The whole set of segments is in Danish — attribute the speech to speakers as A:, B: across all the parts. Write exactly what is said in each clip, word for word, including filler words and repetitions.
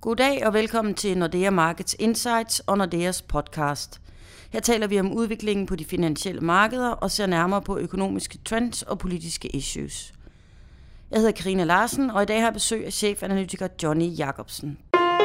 A: Goddag og velkommen til Nordea Markets Insights og Nordeas podcast. Her taler vi om udviklingen på de finansielle markeder og ser nærmere på økonomiske trends og politiske issues. Jeg hedder Karina Larsen, og i dag har jeg besøg af chefanalytiker Johnny Jacobsen.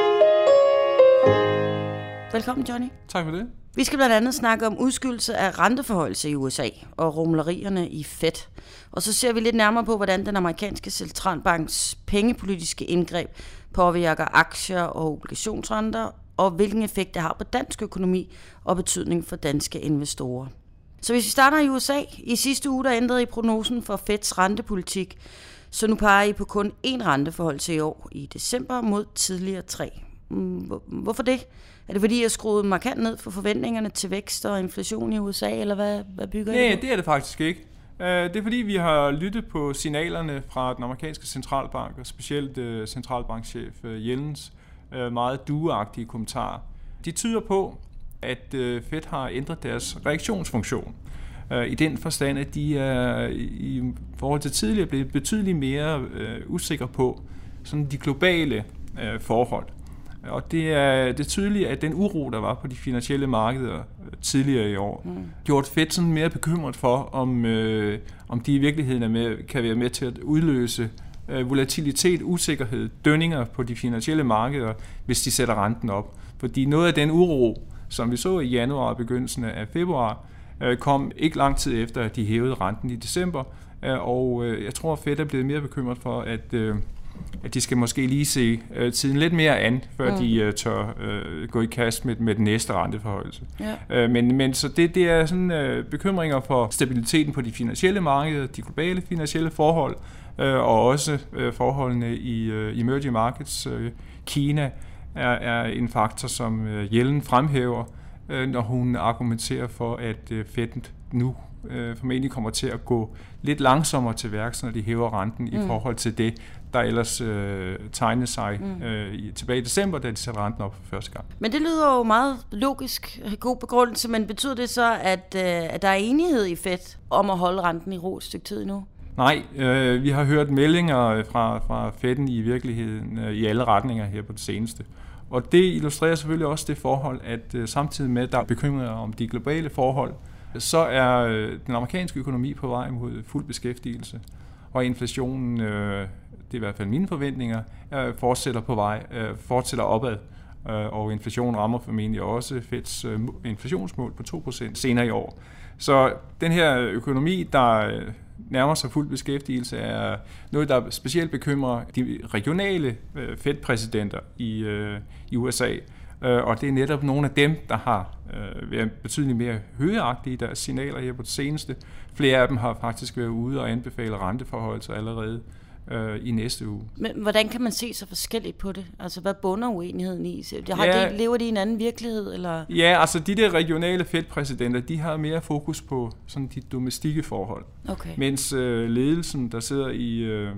A: Velkommen, Johnny.
B: Tak for det.
A: Vi skal blandt andet snakke om udskydelse af renteforhøjelse i U S A og rumlerierne i Fed. Og så ser vi lidt nærmere på, hvordan den amerikanske centralbanks pengepolitiske indgreb påvirker aktier og obligationsrenter, og hvilken effekt det har på dansk økonomi og betydning for danske investorer. Så hvis vi starter i U S A, i sidste uge der ændrede I prognosen for Feds rentepolitik, så nu peger I på kun én renteforhøjelse i år i december mod tidligere tre. Hvorfor det? Er det fordi, I har skruet markant ned for forventningerne til vækst og inflation i U S A, eller hvad, hvad bygger I det på?
B: Nej, det er det faktisk ikke. Det er fordi, vi har lyttet på signalerne fra den amerikanske centralbank, og specielt centralbankchef Yellens meget dueagtige kommentarer. De tyder på, at Fed har ændret deres reaktionsfunktion. I den forstand, at de er i forhold til tidligere blevet betydeligt mere usikre på sådan de globale forhold. Og det er det tydelige, at den uro, der var på de finansielle markeder tidligere i år, mm. gjort Fed sådan mere bekymret for, om, øh, om de i virkeligheden er med, kan være med til at udløse øh, volatilitet, usikkerhed, dønninger på de finansielle markeder, hvis de sætter renten op. Fordi noget af den uro, som vi så i januar og begyndelsen af februar, øh, kom ikke lang tid efter, at de hævede renten i december. Øh, og øh, jeg tror, at Fed er blevet mere bekymret for, at øh, at de skal måske lige se øh, tiden lidt mere an, før mm. de øh, tør øh, gå i kast med, med den næste renteforhøjelse. Ja. Øh, men, men så det, det er sådan øh, bekymringer for stabiliteten på de finansielle markeder, de globale finansielle forhold, øh, og også øh, forholdene i øh, emerging markets. Øh, Kina er, er en faktor, som øh, Yellen fremhæver, øh, når hun argumenterer for, at øh, Fed nu øh, formentlig kommer til at gå lidt langsommere til værks, når de hæver renten mm. i forhold til det, der ellers øh, tegnede sig mm. øh, i, tilbage i december, da de satte renten op for første gang.
A: Men det lyder jo meget logisk, god begrundelse, men betyder det så, at, øh, at der er enighed i Fed om at holde renten i ro et stykke tid nu?
B: Nej, øh, vi har hørt meldinger fra, fra Fed'en i virkeligheden øh, i alle retninger her på det seneste. Og det illustrerer selvfølgelig også det forhold, at øh, samtidig med, at der er bekymringer om de globale forhold, så er øh, den amerikanske økonomi på vej mod fuld beskæftigelse, og inflationen, øh, det er i hvert fald mine forventninger, øh, fortsætter på vej, øh, fortsætter opad, øh, og inflationen rammer formentlig også Feds øh, inflationsmål på to procent senere i år. Så den her økonomi, der øh, nærmer sig fuld beskæftigelse, er noget, der specielt bekymrer de regionale øh, Fed-præsidenter i, øh, i U S A. Og det er netop nogle af dem, der har øh, været betydeligt mere højagtige i deres signaler her på det seneste. Flere af dem har faktisk været ude og anbefale renteforhøjelser allerede øh, i næste uge.
A: Men hvordan kan man se så forskelligt på det? Altså, hvad bunder uenigheden i? Har ja, de, lever de i en anden virkelighed? Eller?
B: Ja, altså de der regionale Fed-præsidenter, de har mere fokus på sådan de domestikke forhold. Okay. Mens øh, ledelsen, der sidder i, øh,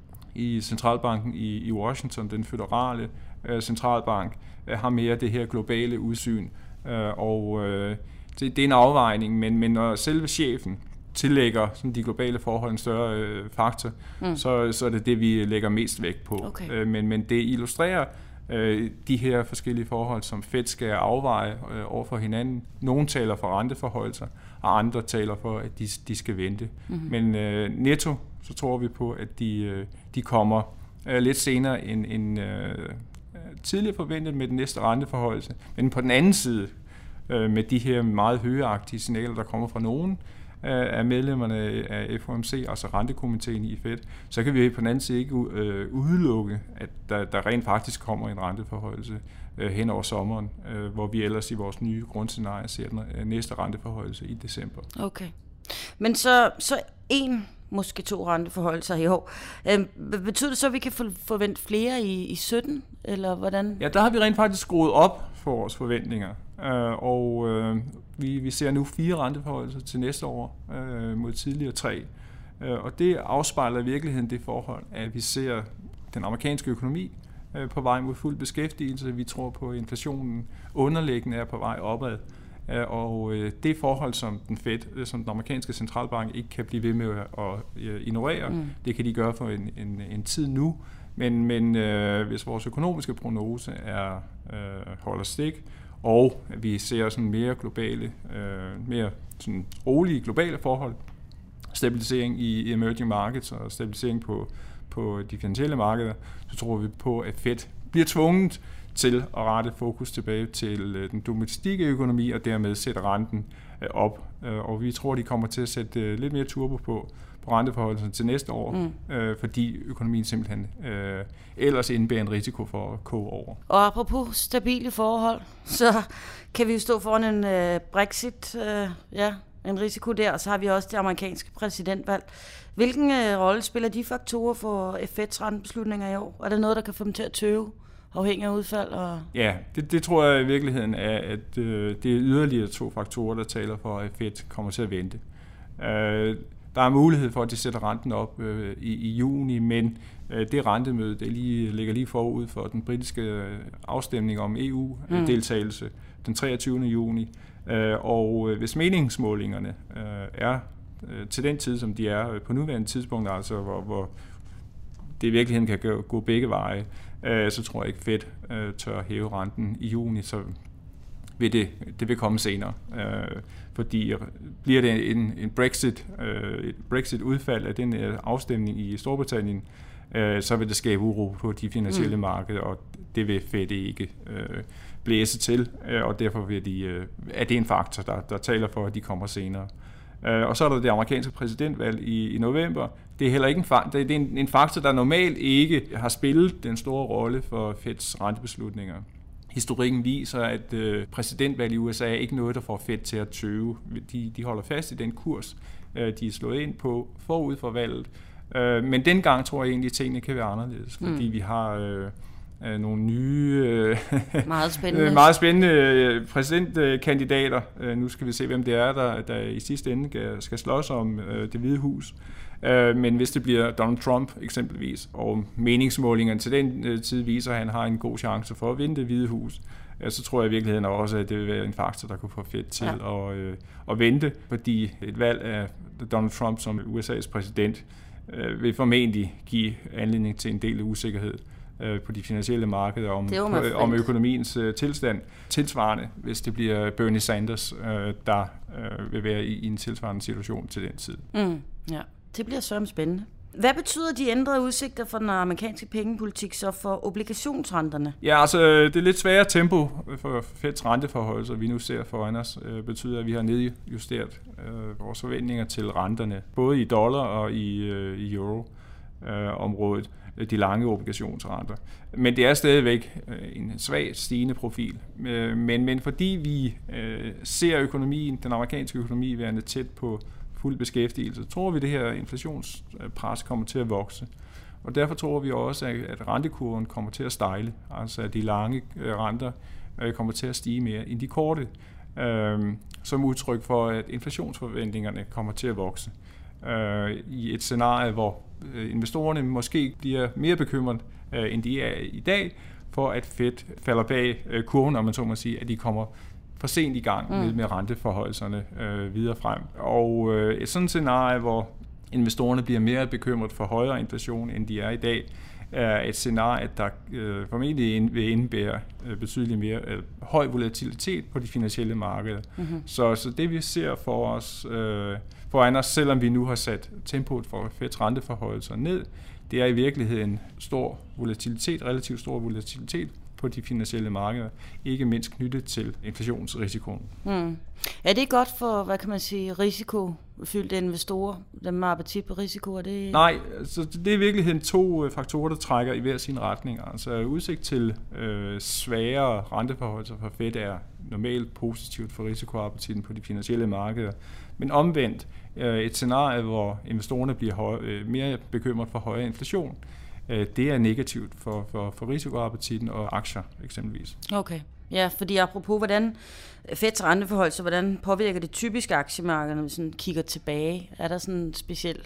B: i centralbanken i, i Washington, den føderale øh, centralbank, har mere det her globale udsyn, og det er en afvejning, men, men når selve chefen tillægger sådan de globale forhold en større faktor, mm. så, så er det det, vi lægger mest vægt på. Okay. Men, men det illustrerer de her forskellige forhold, som Fed skal afveje over for hinanden. Nogle taler for renteforhøjelser, og andre taler for, at de, de skal vente. Mm-hmm. Men netto, så tror vi på, at de, de kommer lidt senere end, end tidligere forventet med den næste renteforhøjelse. Men på den anden side, øh, med de her meget højagtige signaler, der kommer fra nogen øh, af medlemmerne af F O M C, altså rentekomiteen i Fed, så kan vi på den anden side ikke øh, udelukke, at der, der rent faktisk kommer en renteforhøjelse øh, hen over sommeren, øh, hvor vi ellers i vores nye grundscenarie ser den øh, næste renteforhøjelse i december.
A: Okay. Men så, så en måske to renteforholdelser i år. Øhm, betyder det så, at vi kan forvente flere i, i sytten, eller hvordan?
B: Ja, der har vi rent faktisk skruet op for vores forventninger, øh, og øh, vi, vi ser nu fire renteforholdelser til næste år øh, mod tidligere tre. Øh, og det afspejler i virkeligheden det forhold, at vi ser den amerikanske økonomi øh, på vej mod fuld beskæftigelse. Vi tror på, at inflationen underliggende er på vej opad. Og det forhold, som den Fed, som den amerikanske centralbank ikke kan blive ved med at ignorere, mm. det kan de gøre for en, en, en tid nu, Men, men øh, hvis vores økonomiske prognose er, øh, holder stik, og vi ser sådan mere globale, øh, mere sådan rolige globale forhold, stabilisering i emerging markets og stabilisering på, på de finansielle markeder, så tror vi på, at Fed bliver tvunget til at rette fokus tilbage til den domestikke økonomi og dermed sætte renten op. Og vi tror, de kommer til at sætte lidt mere turbo på, på renteforholdene til næste år, mm. øh, fordi økonomien simpelthen øh, ellers indebærer en risiko for at koge over.
A: Og apropos stabile forhold, så kan vi jo stå foran en øh, Brexit, øh, ja, en risiko der, og så har vi også det amerikanske præsidentvalg. Hvilken øh, rolle spiller de faktorer for F Ed's rentebeslutninger i år? Er der noget, der kan få dem til at tøve, afhængig af udfald? Og...
B: Ja, det, det tror jeg i virkeligheden er, at øh, det er yderligere to faktorer, der taler for, at Fed kommer til at vente. Øh, der er mulighed for, at de sætter renten op øh, i, i juni, men øh, det rentemøde, det lige, ligger lige forud for den britiske afstemning om E U-deltagelse mm. den treogtyvende juni. Øh, og øh, hvis meningsmålingerne øh, er øh, til den tid, som de er på nuværende tidspunkt, altså hvor, hvor det i virkeligheden kan gå, gå begge veje, øh, så tror jeg ikke, Fed øh, tør hæve renten i juni, så vil det, det vil komme senere. Øh, fordi bliver det en, en Brexit, øh, et Brexit-udfald af den øh, afstemning i Storbritannien, øh, så vil det skabe uro på de finansielle mm. markeder, og det vil Fed ikke øh, blæse til, øh, og derfor vil de, øh, er det en faktor, der, der taler for, at de kommer senere. Øh, og så er der det amerikanske præsidentvalg i, i november. Det er heller ikke en, fa- det er en, en faktor, der normalt ikke har spillet den store rolle for Feds rentebeslutninger. Historikken viser, at øh, præsidentvalg i U S A er ikke noget, der får Fed til at tøve. De, de holder fast i den kurs, øh, de er slået ind på forud for valget. Øh, men dengang tror jeg egentlig, at tingene kan være anderledes, mm. fordi vi har øh, øh, nogle nye, øh,
A: meget spændende,
B: meget spændende præsidentkandidater. Øh, nu skal vi se, hvem det er, der, der i sidste ende skal, skal slås om øh, Det Hvide Hus. Men hvis det bliver Donald Trump eksempelvis, og meningsmålingerne til den tid viser, at han har en god chance for at vinde Det Hvide Hus, så tror jeg i virkeligheden også, at det vil være en faktor, der kunne få Fed til ja. at, øh, at vente, fordi et valg af Donald Trump som U S A's præsident øh, vil formentlig give anledning til en del usikkerhed øh, på de finansielle markeder om, på, om økonomiens øh, tilstand. Tilsvarende, hvis det bliver Bernie Sanders, øh, der øh, vil være i, i en tilsvarende situation til den tid.
A: Mm, ja. Det bliver så spændende. Hvad betyder de ændrede udsigter for den amerikanske pengepolitik så for obligationsrenterne?
B: Ja, altså det lidt svære tempo for Feds renteforhold, så vi nu ser foran os, betyder, at vi har nedjusteret øh, vores forventninger til renterne, både i dollar og i, øh, i euro-området, øh, de lange obligationsrenter. Men det er stadigvæk øh, en svag stigende profil. Øh, men, men fordi vi øh, ser økonomien, den amerikanske økonomi værende tæt på fuld beskæftigelse, tror vi, at det her inflationspres kommer til at vokse. Og derfor tror vi også, at rentekurven kommer til at stejle, altså at de lange renter kommer til at stige mere end de korte, øh, som udtryk for, at inflationsforventningerne kommer til at vokse. Øh, I et scenarie, hvor investorerne måske bliver mere bekymret, øh, end de er i dag, for at Fed falder bag øh, kurven, om man så må sige, at de kommer for sent i gang med, mm. med renteforholdelserne øh, videre frem. Og øh, et sådan scenarie, hvor investorerne bliver mere bekymret for højere inflation, end de er i dag, er et scenarie, der øh, formentlig vil indebære øh, betydeligt mere øh, høj volatilitet på de finansielle markeder. Mm-hmm. Så, så det vi ser for os, øh, foran os, selvom vi nu har sat tempoet for Feds renteforholdelser ned, det er i virkeligheden stor volatilitet, relativt stor volatilitet på de finansielle markeder, ikke mindst knyttet til inflationsrisikoen.
A: Mm. Er det godt for, hvad kan man sige, risikofyldte investorer, dem med appetit på risiko? Er det...
B: Nej, så det er i virkeligheden to faktorer, der trækker i hver sin retning. Altså udsigt til øh, svagere renteforhold for Fed er normalt positivt for risikoappetitten på de finansielle markeder, men omvendt øh, et scenarie, hvor investorerne bliver høj, øh, mere bekymret for højere inflation, det er negativt for, for, for risikoappetitten og aktier eksempelvis.
A: Okay. Ja, fordi apropos, hvordan Feds renteforhold, så hvordan påvirker det typiske aktiemarked, når vi sådan kigger tilbage? Er der sådan en speciel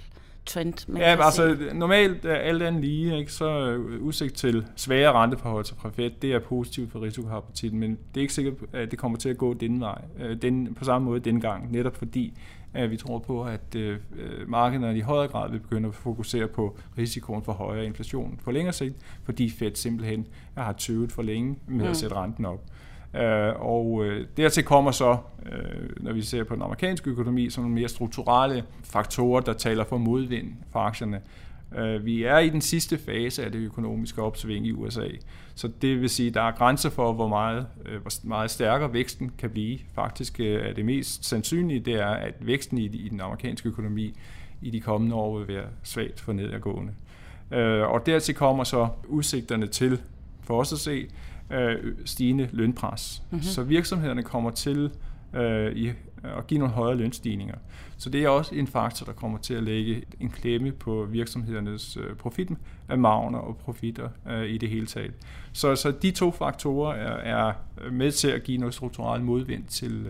A: trend, man
B: ja,
A: kan
B: altså
A: se.
B: normalt er alt andet lige, ikke, så udsigt til svagere renteforhold fra Fed, det er positivt for risikoappetitten, men det er ikke sikkert, at det kommer til at gå denne vej, den, på samme måde denne gang, netop fordi at vi tror på, at øh, markederne i højere grad vil begynde at fokusere på risikoen for højere inflation på længere sigt, fordi Fed simpelthen har tøvet for længe med mm. at sætte renten op. Uh, og uh, dertil kommer så, uh, når vi ser på den amerikanske økonomi, som nogle mere strukturelle faktorer, der taler for modvind for aktierne. Uh, vi er i den sidste fase af det økonomiske opsving i U S A, så det vil sige, at der er grænser for, hvor meget, uh, hvor meget stærkere væksten kan blive. Faktisk uh, er det mest sandsynlige, det er, at væksten i, i den amerikanske økonomi i de kommende år vil være svagt for nedadgående. Uh, og dertil kommer så udsigterne til, for os at se, stigende lønpres. Mm-hmm. Så virksomhederne kommer til øh, i, at give nogle højere lønstigninger. Så det er også en faktor, der kommer til at lægge en klemme på virksomhedernes øh, profitmarginer og profitter øh, i det hele taget. Så, så de to faktorer er, er med til at give noget strukturelt modvind til,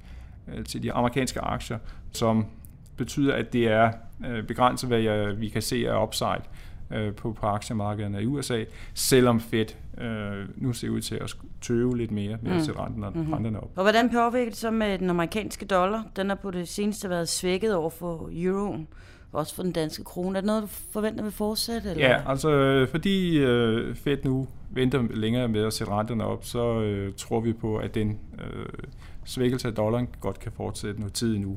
B: øh, til de amerikanske aktier, som betyder, at det er øh, begrænset, hvad jeg, vi kan se af upside På, på aktiemarkederne i U S A, selvom Fed øh, nu ser ud til at tøve lidt mere med mm. at sætte renterne, mm-hmm. renterne op.
A: Og hvordan påvirker det så med den amerikanske dollar? Den har på det seneste været svækket over for euroen, også for den danske krone. Er det noget, du forventer vil fortsætte? Eller?
B: Ja, altså fordi øh, Fed nu venter længere med at sætte renterne op, så øh, tror vi på, at den øh, svækkelse af dollaren godt kan fortsætte noget tid endnu.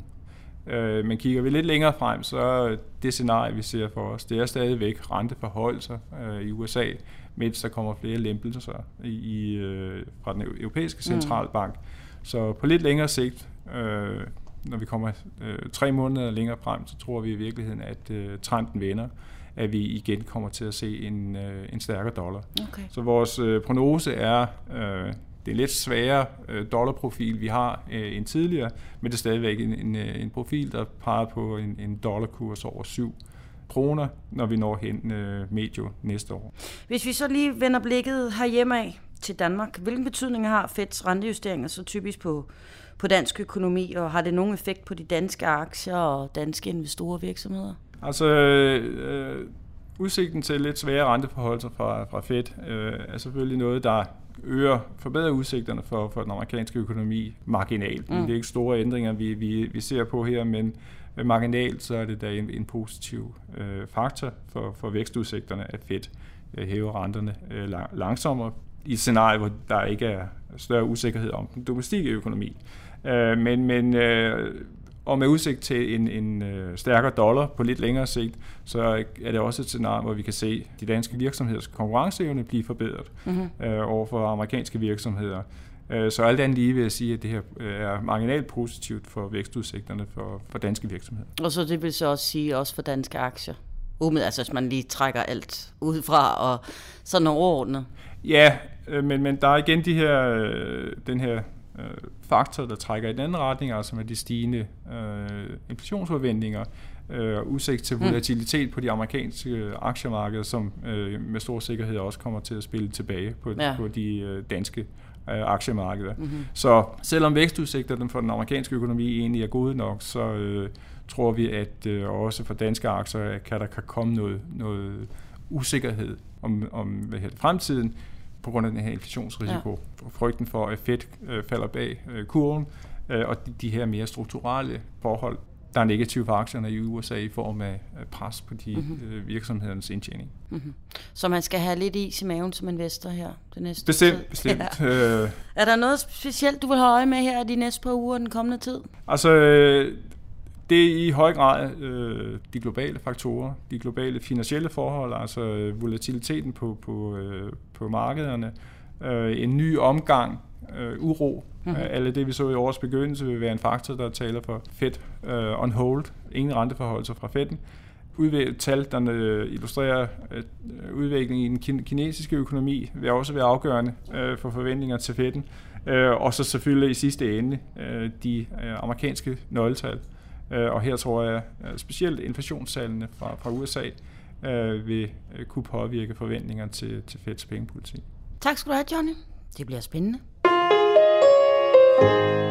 B: Men kigger vi lidt længere frem, så det scenarie, vi ser for os, det er stadigvæk renteforhøjelser i U S A, mens der kommer flere lempelser i, fra den europæiske centralbank. Mm. Så på lidt længere sigt, når vi kommer tre måneder længere frem, så tror vi i virkeligheden, at trenden vender, at vi igen kommer til at se en, en stærkere dollar. Okay. Så vores prognose er... Det er en lidt sværere dollarprofil, vi har øh, end tidligere, men det er stadigvæk en, en, en profil, der peger på en, en dollarkurs over syv kroner, når vi når hen øh, medio næste år.
A: Hvis vi så lige vender blikket herhjemme af til Danmark, hvilken betydning har Feds rentejusteringer så typisk på, på dansk økonomi, og har det nogen effekt på de danske aktier og danske investorer og virksomheder?
B: Altså... Øh, Udsigten til lidt svære renteforhold fra, fra Fed øh, er selvfølgelig noget, der øger, forbedrer udsigterne for, for den amerikanske økonomi marginalt. Mm. Det er ikke store ændringer, vi, vi, vi ser på her, men marginalt så er det da en, en positiv øh, faktor for, for vækstudsigterne, at Fed øh, hæver renterne øh, lang, langsommere i et scenarie, hvor der ikke er større usikkerhed om den domestikke økonomi. Øh, men men øh, Og med udsigt til en, en øh, stærkere dollar på lidt længere sigt, så er det også et scenarie, hvor vi kan se de danske virksomheders konkurrenceevne blive forbedret mm-hmm. øh, over for amerikanske virksomheder. Øh, så alt andet lige vil jeg sige, at det her er marginalt positivt for vækstudsigterne for, for danske virksomheder.
A: Og så det vil så også sige også for danske aktier? Umed, altså hvis man lige trækker alt udefra og sådan overordnet?
B: Ja, øh, men, men der er igen de her, øh, den her faktor, der trækker i den anden retning, altså med de stigende øh, inflationsforventninger øh, og udsigt til volatilitet mm. på de amerikanske aktiemarkeder, som øh, med stor sikkerhed også kommer til at spille tilbage på, ja. på de øh, danske øh, aktiemarkeder. Mm-hmm. Så selvom vækstudsigterne for den amerikanske økonomi egentlig er gode nok, så øh, tror vi, at øh, også for danske aktier kan der kan komme noget, noget usikkerhed om, om hvad hedder, fremtiden, på grund af den her inflationsrisiko, ja. frygten for, at Fed øh, falder bag øh, kurven, øh, og de, de her mere strukturelle forhold, der er negative for aktierne i U S A i form af pres på de mm-hmm. øh, virksomhedernes indtjening. Mm-hmm.
A: Så man skal have lidt is i maven som investor her det næste
B: Bestemt,
A: tid?
B: bestemt. Ja. Øh,
A: er der noget specielt, du vil have øje med her de næste par uger den kommende tid?
B: Altså, øh, det er i høj grad øh, de globale faktorer, de globale finansielle forhold, altså øh, volatiliteten på, på, øh, på markederne, øh, en ny omgang, øh, uro. Mm-hmm. Alle det, vi så i årets begyndelse, vil være en faktor, der taler for Fed uh, on hold. Ingen renteforholdelser fra Fed'en. Udvæg- tal, der uh, illustrerer uh, udviklingen i den kin- kinesiske økonomi, vil også være afgørende uh, for forventninger til Fed'en. Uh, og så selvfølgelig i sidste ende uh, de uh, amerikanske nøgletal. Uh, og her tror jeg uh, specielt inflationstallene fra, fra U S A uh, vil uh, kunne påvirke forventningerne til, til Feds pengepolitik.
A: Tak skal du have, Johnny. Det bliver spændende.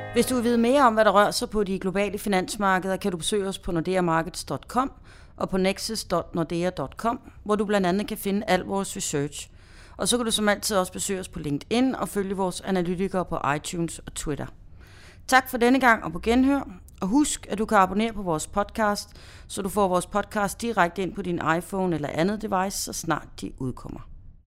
A: Hvis du vil vide mere om, hvad der rører sig på de globale finansmarkeder, kan du besøge os på nordea markets punktum com og på nexus punktum nordea punktum com, hvor du blandt andet kan finde al vores research. Og så kan du som altid også besøge os på LinkedIn og følge vores analytikere på iTunes og Twitter. Tak for denne gang og på genhør. Og husk, at du kan abonnere på vores podcast, så du får vores podcast direkte ind på din iPhone eller andet device, så snart de udkommer.